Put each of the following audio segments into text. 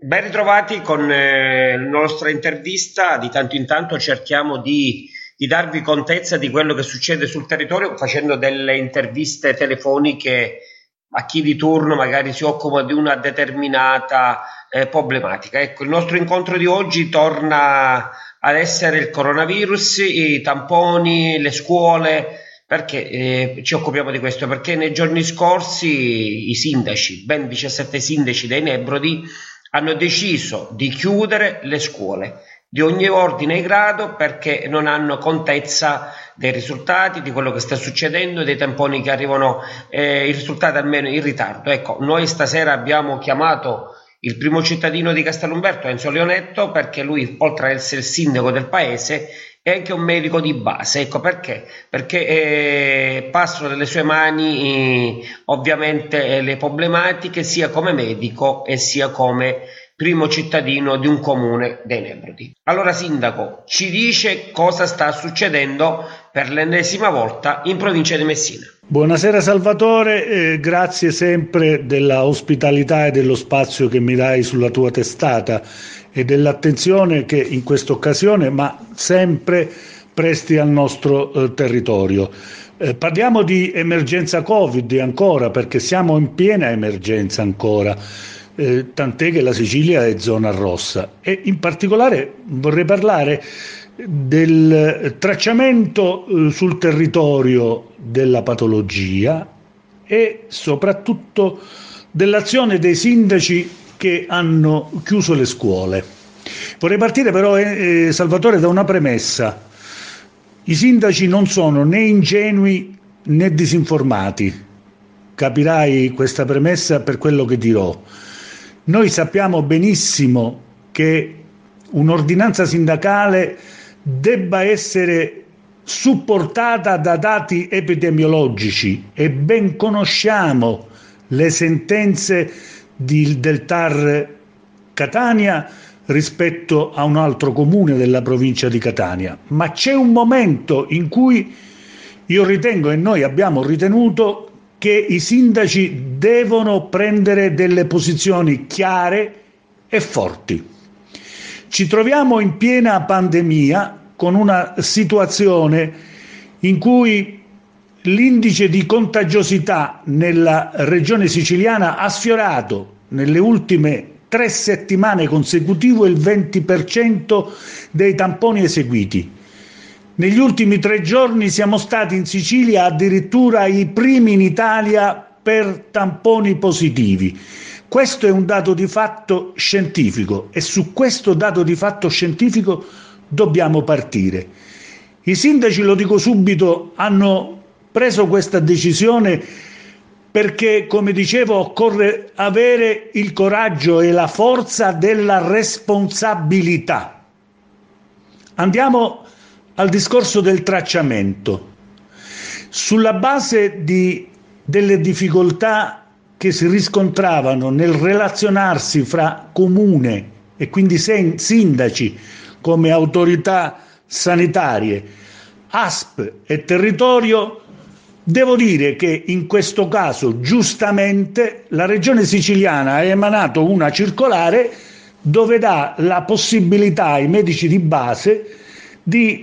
Ben ritrovati con la nostra intervista. Di tanto in tanto cerchiamo di darvi contezza di quello che succede sul territorio facendo delle interviste telefoniche a chi di turno magari si occupa di una determinata problematica. Ecco, il nostro incontro di oggi torna ad essere il coronavirus, i tamponi, le scuole. Perché ci occupiamo di questo? Perché nei giorni scorsi i sindaci, ben 17 sindaci dei Nebrodi, hanno deciso di chiudere le scuole di ogni ordine e grado perché non hanno contezza dei risultati, di quello che sta succedendo, dei tamponi che arrivano, i risultati almeno in ritardo. Ecco, noi stasera abbiamo chiamato il primo cittadino di Castellumberto, Enzo Leonetto, perché lui, oltre ad essere il sindaco del paese, è anche un medico di base. Ecco perché? Perché passano nelle sue mani ovviamente le problematiche sia come medico e sia come primo cittadino di un comune dei Nebrodi. Allora sindaco, ci dice cosa sta succedendo per l'ennesima volta in provincia di Messina. Buonasera Salvatore, grazie sempre della ospitalità e dello spazio che mi dai sulla tua testata e dell'attenzione che in questa occasione, ma sempre, presti al nostro territorio. Parliamo di emergenza Covid ancora, perché siamo in piena emergenza ancora, tant'è che la Sicilia è zona rossa, e in particolare vorrei parlare del tracciamento sul territorio della patologia e soprattutto dell'azione dei sindaci che hanno chiuso le scuole. Vorrei partire però, Salvatore, da una premessa. I sindaci non sono né ingenui né disinformati. Capirai questa premessa per quello che dirò. Noi sappiamo benissimo che un'ordinanza sindacale debba essere supportata da dati epidemiologici e ben conosciamo le sentenze del TAR Catania rispetto a un altro comune della provincia di Catania, ma c'è un momento in cui io ritengo, e noi abbiamo ritenuto, che i sindaci devono prendere delle posizioni chiare e forti. Ci troviamo in piena pandemia con una situazione in cui l'indice di contagiosità nella regione siciliana ha sfiorato nelle ultime 3 settimane consecutive il 20% dei tamponi eseguiti. Negli ultimi 3 giorni siamo stati in Sicilia addirittura i primi in Italia per tamponi positivi. Questo è un dato di fatto scientifico e su questo dato di fatto scientifico dobbiamo partire. I sindaci, lo dico subito, hanno preso questa decisione perché, come dicevo, occorre avere il coraggio e la forza della responsabilità. Andiamo al discorso del tracciamento. Sulla base delle difficoltà che si riscontravano nel relazionarsi fra comune e quindi sindaci come autorità sanitarie, ASP e territorio, devo dire che in questo caso giustamente la regione siciliana ha emanato una circolare dove dà la possibilità ai medici di base di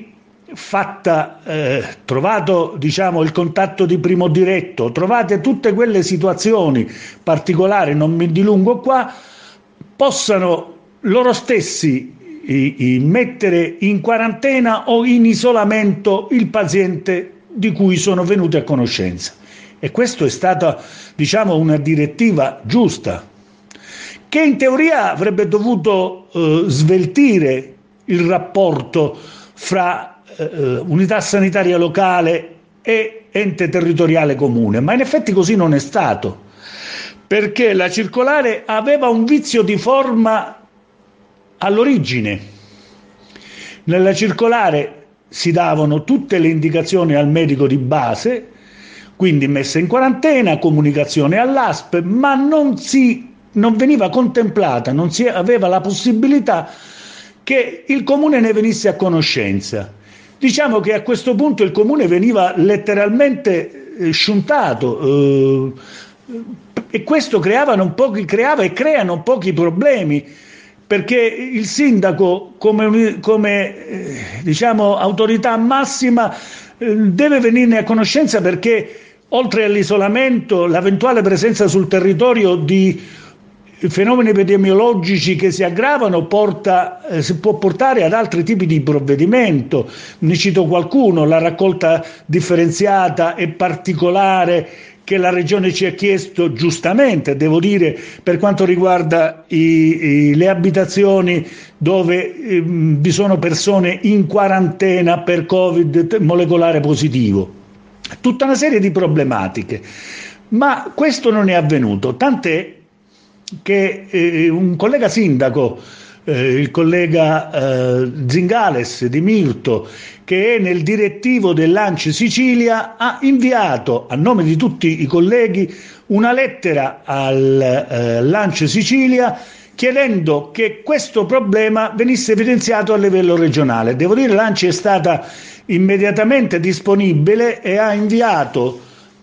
trovato il contatto di primo diretto, trovate tutte quelle situazioni particolari, non mi dilungo qua, possano loro stessi mettere in quarantena o in isolamento il paziente di cui sono venuti a conoscenza. E questa è stata, una direttiva giusta, che in teoria avrebbe dovuto sveltire il rapporto fra unità sanitaria locale e ente territoriale comune, ma in effetti così non è stato, perché la circolare aveva un vizio di forma all'origine. Nella circolare si davano tutte le indicazioni al medico di base, quindi messa in quarantena, comunicazione all'ASP, ma non veniva contemplata, non si aveva la possibilità che il comune ne venisse a conoscenza. Diciamo che a questo punto il comune veniva letteralmente sciuntato, e questo creava e crea non pochi problemi, perché il sindaco come diciamo, autorità massima deve venirne a conoscenza, perché oltre all'isolamento, l'eventuale presenza sul territorio di fenomeni epidemiologici che si aggravano si può portare ad altri tipi di provvedimento. Ne cito qualcuno: la raccolta differenziata e particolare che la Regione ci ha chiesto, giustamente, devo dire, per quanto riguarda le abitazioni dove vi sono persone in quarantena per Covid molecolare positivo. Tutta una serie di problematiche, ma questo non è avvenuto, tant'è che un collega sindaco, il collega Zingales di Mirto, che è nel direttivo dell'ANCI Sicilia, ha inviato a nome di tutti i colleghi una lettera all'ANCI Sicilia chiedendo che questo problema venisse evidenziato a livello regionale. Devo dire, l'ANCI è stata immediatamente disponibile e ha inviato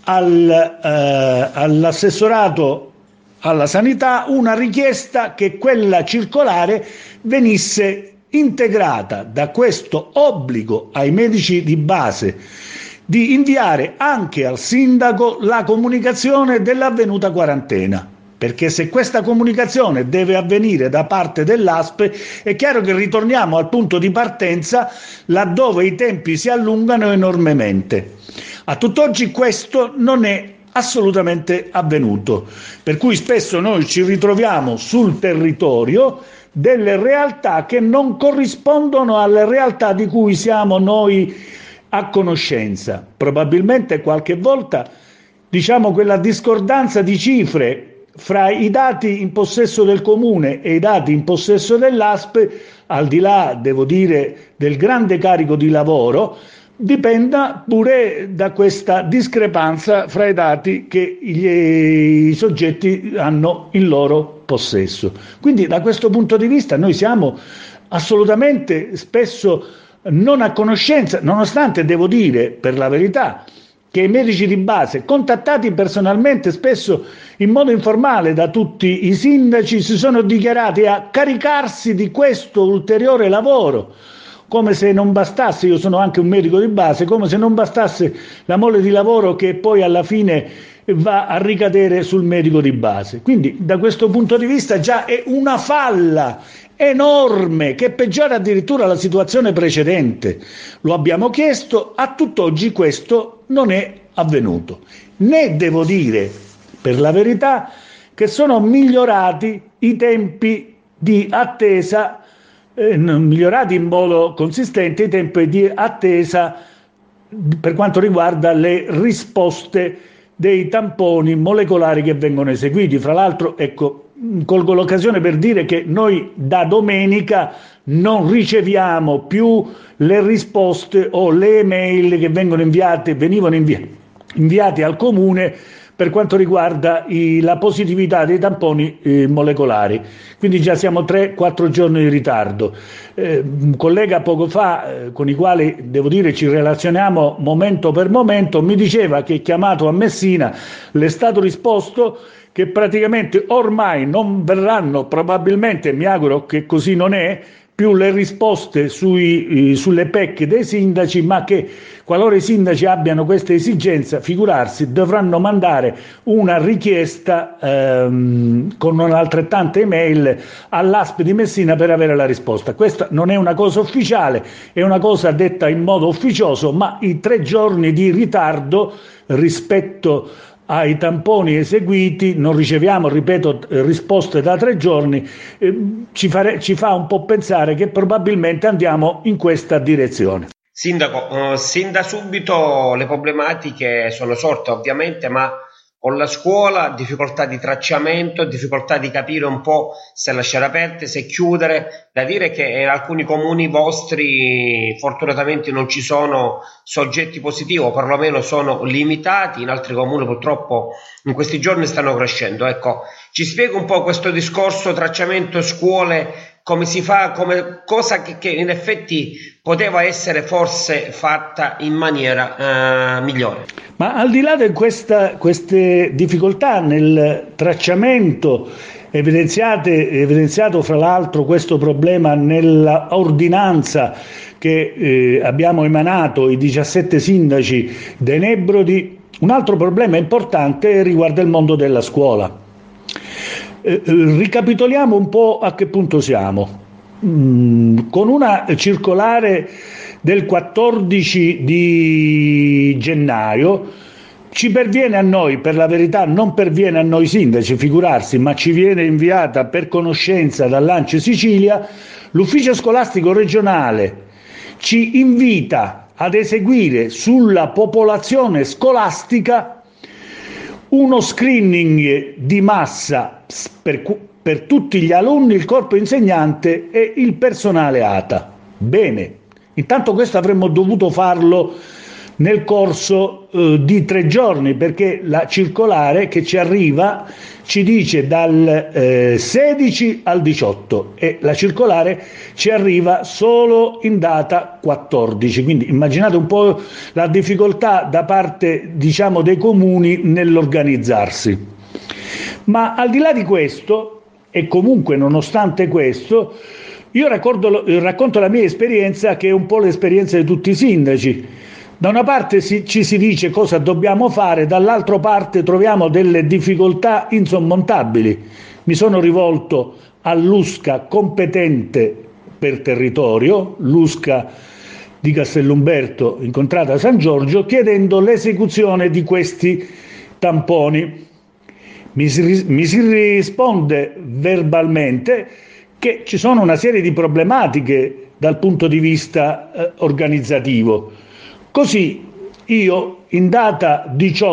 all'assessorato alla sanità una richiesta che quella circolare venisse integrata da questo obbligo ai medici di base di inviare anche al sindaco la comunicazione dell'avvenuta quarantena. Perché se questa comunicazione deve avvenire da parte dell'ASP, è chiaro che ritorniamo al punto di partenza, laddove i tempi si allungano enormemente. A tutt'oggi questo non è assolutamente avvenuto, per cui spesso noi ci ritroviamo sul territorio delle realtà che non corrispondono alle realtà di cui siamo noi a conoscenza. Probabilmente qualche volta, diciamo, quella discordanza di cifre fra i dati in possesso del comune e i dati in possesso dell'ASP, al di là, devo dire, del grande carico di lavoro, dipenda pure da questa discrepanza fra i dati che i soggetti hanno in loro possesso. Quindi da questo punto di vista noi siamo assolutamente spesso non a conoscenza, nonostante, devo dire per la verità, che i medici di base, contattati personalmente, spesso in modo informale da tutti i sindaci, si sono dichiarati a caricarsi di questo ulteriore lavoro, come se non bastasse. Io sono anche un medico di base, come se non bastasse la mole di lavoro che poi alla fine va a ricadere sul medico di base. Quindi da questo punto di vista già è una falla enorme che peggiora addirittura la situazione precedente. Lo abbiamo chiesto, a tutt'oggi questo non è avvenuto. Né devo dire, per la verità, che sono migliorati i tempi di attesa, migliorati in modo consistente i tempi di attesa per quanto riguarda le risposte dei tamponi molecolari che vengono eseguiti. Fra l'altro, ecco, colgo l'occasione per dire che noi da domenica non riceviamo più le risposte o le email che venivano inviate al comune per quanto riguarda la positività dei tamponi molecolari. Quindi già siamo 3-4 giorni di ritardo. Un collega poco fa, con i quali devo dire ci relazioniamo momento per momento, mi diceva che, chiamato a Messina, le è stato risposto che praticamente ormai non verranno, probabilmente, mi auguro che così non è, più le risposte sulle PEC dei sindaci, ma che qualora i sindaci abbiano questa esigenza, figurarsi, dovranno mandare una richiesta con altrettante email all'ASP di Messina per avere la risposta. Questa non è una cosa ufficiale, è una cosa detta in modo ufficioso, ma i 3 giorni di ritardo rispetto ai tamponi eseguiti, non riceviamo, ripeto, risposte da 3 giorni, ci fa un po' pensare che probabilmente andiamo in questa direzione. Sindaco, sin da subito le problematiche sono sorte ovviamente, ma con la scuola, difficoltà di tracciamento, difficoltà di capire un po' se lasciare aperte, se chiudere. Da dire che in alcuni comuni vostri fortunatamente non ci sono soggetti positivi, o perlomeno sono limitati, in altri comuni purtroppo in questi giorni stanno crescendo. Ecco, ci spiega un po' questo discorso tracciamento scuole, come si fa, come cosa che in effetti poteva essere forse fatta in maniera migliore. Ma al di là di queste difficoltà nel tracciamento evidenziato fra l'altro questo problema nell'ordinanza che abbiamo emanato i 17 sindaci dei Nebrodi. Un altro problema importante riguarda il mondo della scuola. Ricapitoliamo un po' a che punto siamo. Con una circolare del 14 di gennaio ci perviene a noi, per la verità non perviene a noi sindaci, figurarsi, ma ci viene inviata per conoscenza dall'ANCI Sicilia, l'ufficio scolastico regionale ci invita ad eseguire sulla popolazione scolastica uno screening di massa per tutti gli alunni, il corpo insegnante e il personale ATA. Bene, intanto questo avremmo dovuto farlo nel corso di 3 giorni, perché la circolare che ci arriva ci dice dal 16 al 18 e la circolare ci arriva solo in data 14, quindi immaginate un po' la difficoltà da parte, diciamo, dei comuni nell'organizzarsi. Ma al di là di questo, e comunque nonostante questo, io racconto la mia esperienza, che è un po' l'esperienza di tutti i sindaci. Da una parte ci si dice cosa dobbiamo fare, dall'altra parte troviamo delle difficoltà insormontabili. Mi sono rivolto all'USCA competente per territorio, l'USCA di Castellumberto incontrata a San Giorgio, chiedendo l'esecuzione di questi tamponi. Mi si risponde verbalmente che ci sono una serie di problematiche dal punto di vista organizzativo. Così io, in data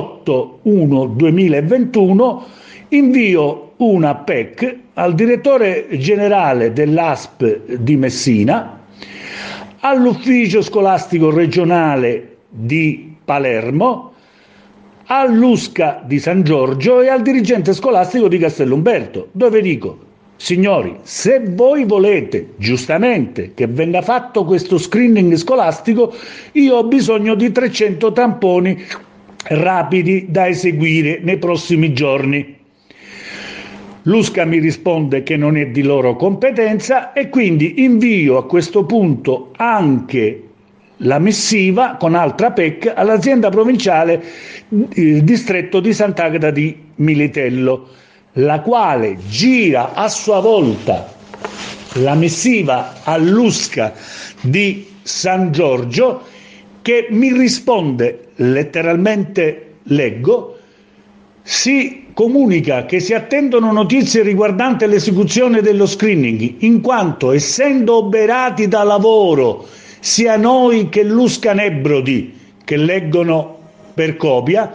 18/1/2021, invio una PEC al direttore generale dell'ASP di Messina, all'ufficio scolastico regionale di Palermo, all'USCA di San Giorgio e al dirigente scolastico di Castellumberto, dove dico: signori, se voi volete giustamente che venga fatto questo screening scolastico, io ho bisogno di 300 tamponi rapidi da eseguire nei prossimi giorni. L'USCA mi risponde che non è di loro competenza e quindi invio a questo punto anche la missiva con altra PEC all'azienda provinciale distretto di Sant'Agata di Militello, la quale gira a sua volta la missiva all'USCA di San Giorgio, che mi risponde letteralmente, leggo: si comunica che si attendono notizie riguardanti l'esecuzione dello screening, in quanto, essendo oberati da lavoro sia noi che l'USCA Nebrodi, che leggono per copia,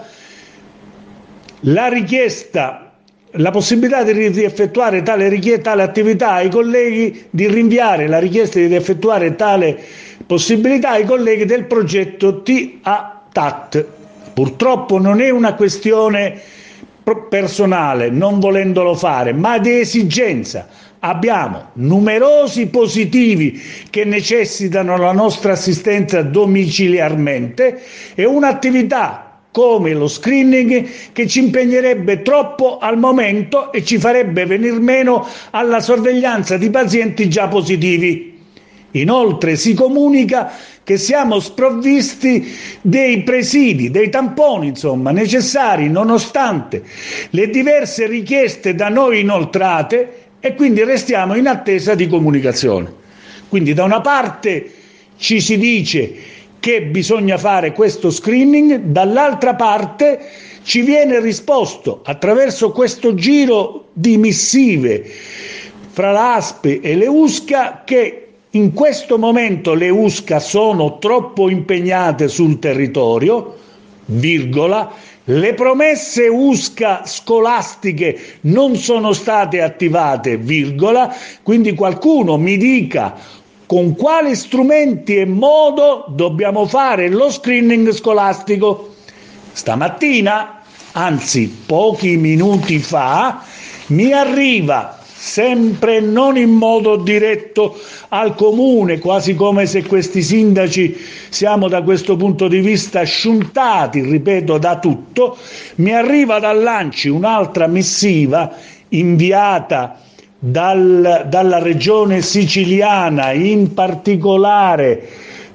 la possibilità di effettuare tale attività ai colleghi, di rinviare la richiesta di effettuare tale possibilità ai colleghi del progetto TAT. Purtroppo non è una questione personale, non volendolo fare, ma di esigenza. Abbiamo numerosi positivi che necessitano la nostra assistenza domiciliarmente e un'attività come lo screening che ci impegnerebbe troppo al momento e ci farebbe venir meno alla sorveglianza di pazienti già positivi. Inoltre si comunica che siamo sprovvisti dei presidi, dei tamponi, insomma, necessari nonostante le diverse richieste da noi inoltrate, e quindi restiamo in attesa di comunicazione. Quindi da una parte ci si dice che bisogna fare questo screening, dall'altra parte ci viene risposto attraverso questo giro di missive fra l'ASP e le USCA che in questo momento le USCA sono troppo impegnate sul territorio, virgola, le promesse USCA scolastiche non sono state attivate, virgola, quindi qualcuno mi dica con quali strumenti e modo dobbiamo fare lo screening scolastico. Stamattina, anzi pochi minuti fa, mi arriva, sempre non in modo diretto al comune, quasi come se questi sindaci siamo da questo punto di vista sciuntati, ripeto, da tutto, mi arriva dall'ANCI un'altra missiva inviata dalla regione siciliana, in particolare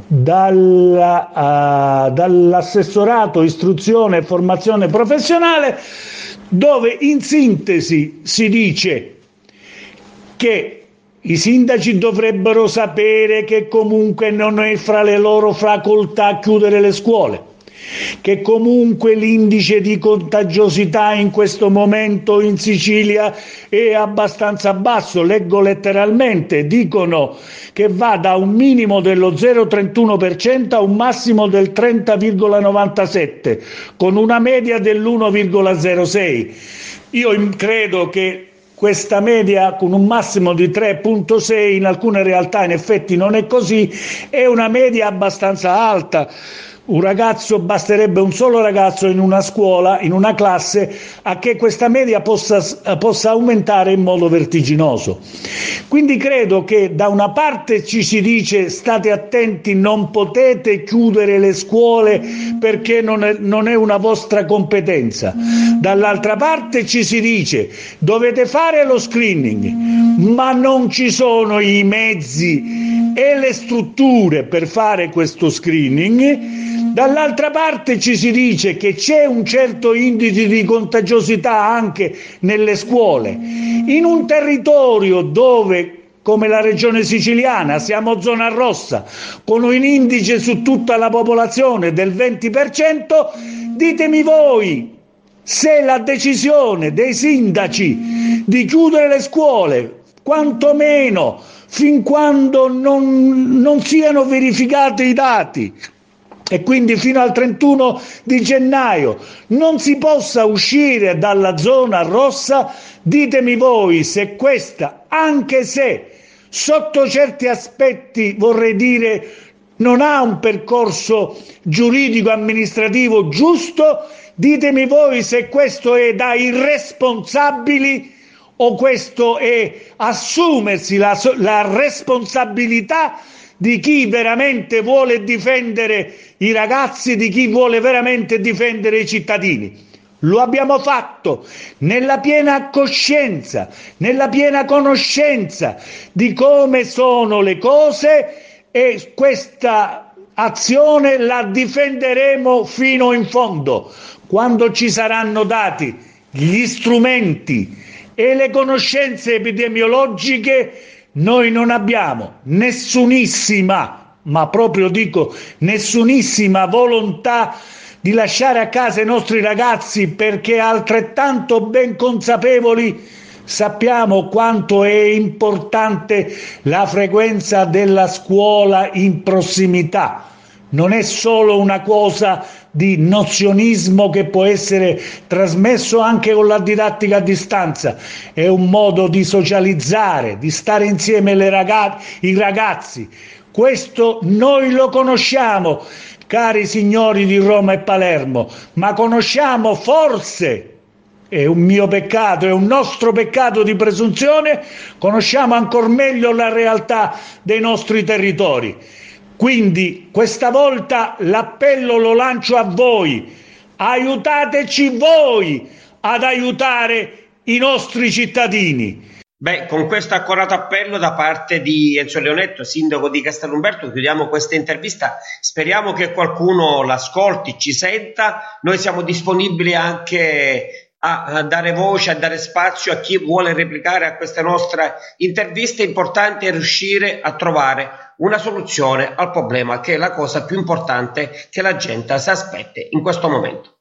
dall'assessorato istruzione e formazione professionale, dove in sintesi si dice che i sindaci dovrebbero sapere che comunque non è fra le loro facoltà chiudere le scuole, che comunque l'indice di contagiosità in questo momento in Sicilia è abbastanza basso, leggo letteralmente, dicono che va da un minimo dello 0,31% a un massimo del 30,97%, con una media dell'1,06%. Io credo che questa media con un massimo di 3,6 in alcune realtà in effetti non è così, è una media abbastanza alta. Basterebbe un solo ragazzo in una scuola, in una classe, a che questa media possa aumentare in modo vertiginoso. Quindi credo che da una parte ci si dice state attenti, non potete chiudere le scuole perché non è una vostra competenza. Dall'altra parte ci si dice dovete fare lo screening, ma non ci sono i mezzi e le strutture per fare questo screening. Dall'altra parte ci si dice che c'è un certo indice di contagiosità anche nelle scuole, in un territorio dove, come la regione siciliana, siamo zona rossa, con un indice su tutta la popolazione del 20%, ditemi voi se la decisione dei sindaci di chiudere le scuole, quantomeno fin quando non siano verificati i dati, e quindi fino al 31 di gennaio non si possa uscire dalla zona rossa, ditemi voi se questa, anche se sotto certi aspetti vorrei dire non ha un percorso giuridico amministrativo giusto, ditemi voi se questo è da irresponsabili o questo è assumersi la responsabilità di chi veramente vuole difendere i ragazzi, di chi vuole veramente difendere i cittadini. Lo abbiamo fatto nella piena coscienza, nella piena conoscenza di come sono le cose, e questa azione la difenderemo fino in fondo. Quando ci saranno dati gli strumenti e le conoscenze epidemiologiche, noi non abbiamo nessunissima, ma proprio dico nessunissima volontà di lasciare a casa i nostri ragazzi, perché altrettanto ben consapevoli sappiamo quanto è importante la frequenza della scuola in prossimità. Non è solo una cosa di nozionismo che può essere trasmesso anche con la didattica a distanza, è un modo di socializzare, di stare insieme i ragazzi. Questo noi lo conosciamo, cari signori di Roma e Palermo, ma conosciamo forse, è un mio peccato, è un nostro peccato di presunzione, conosciamo ancor meglio la realtà dei nostri territori. Quindi questa volta l'appello lo lancio a voi: aiutateci voi ad aiutare i nostri cittadini. Beh, con questo accorato appello da parte di Enzo Leonetto, sindaco di Castelumberto, chiudiamo questa intervista. Speriamo che qualcuno l'ascolti, ci senta. Noi siamo disponibili anche a dare voce, a dare spazio a chi vuole replicare a queste nostre interviste. Importante è riuscire a trovare una soluzione al problema, che è la cosa più importante che la gente si aspetta in questo momento.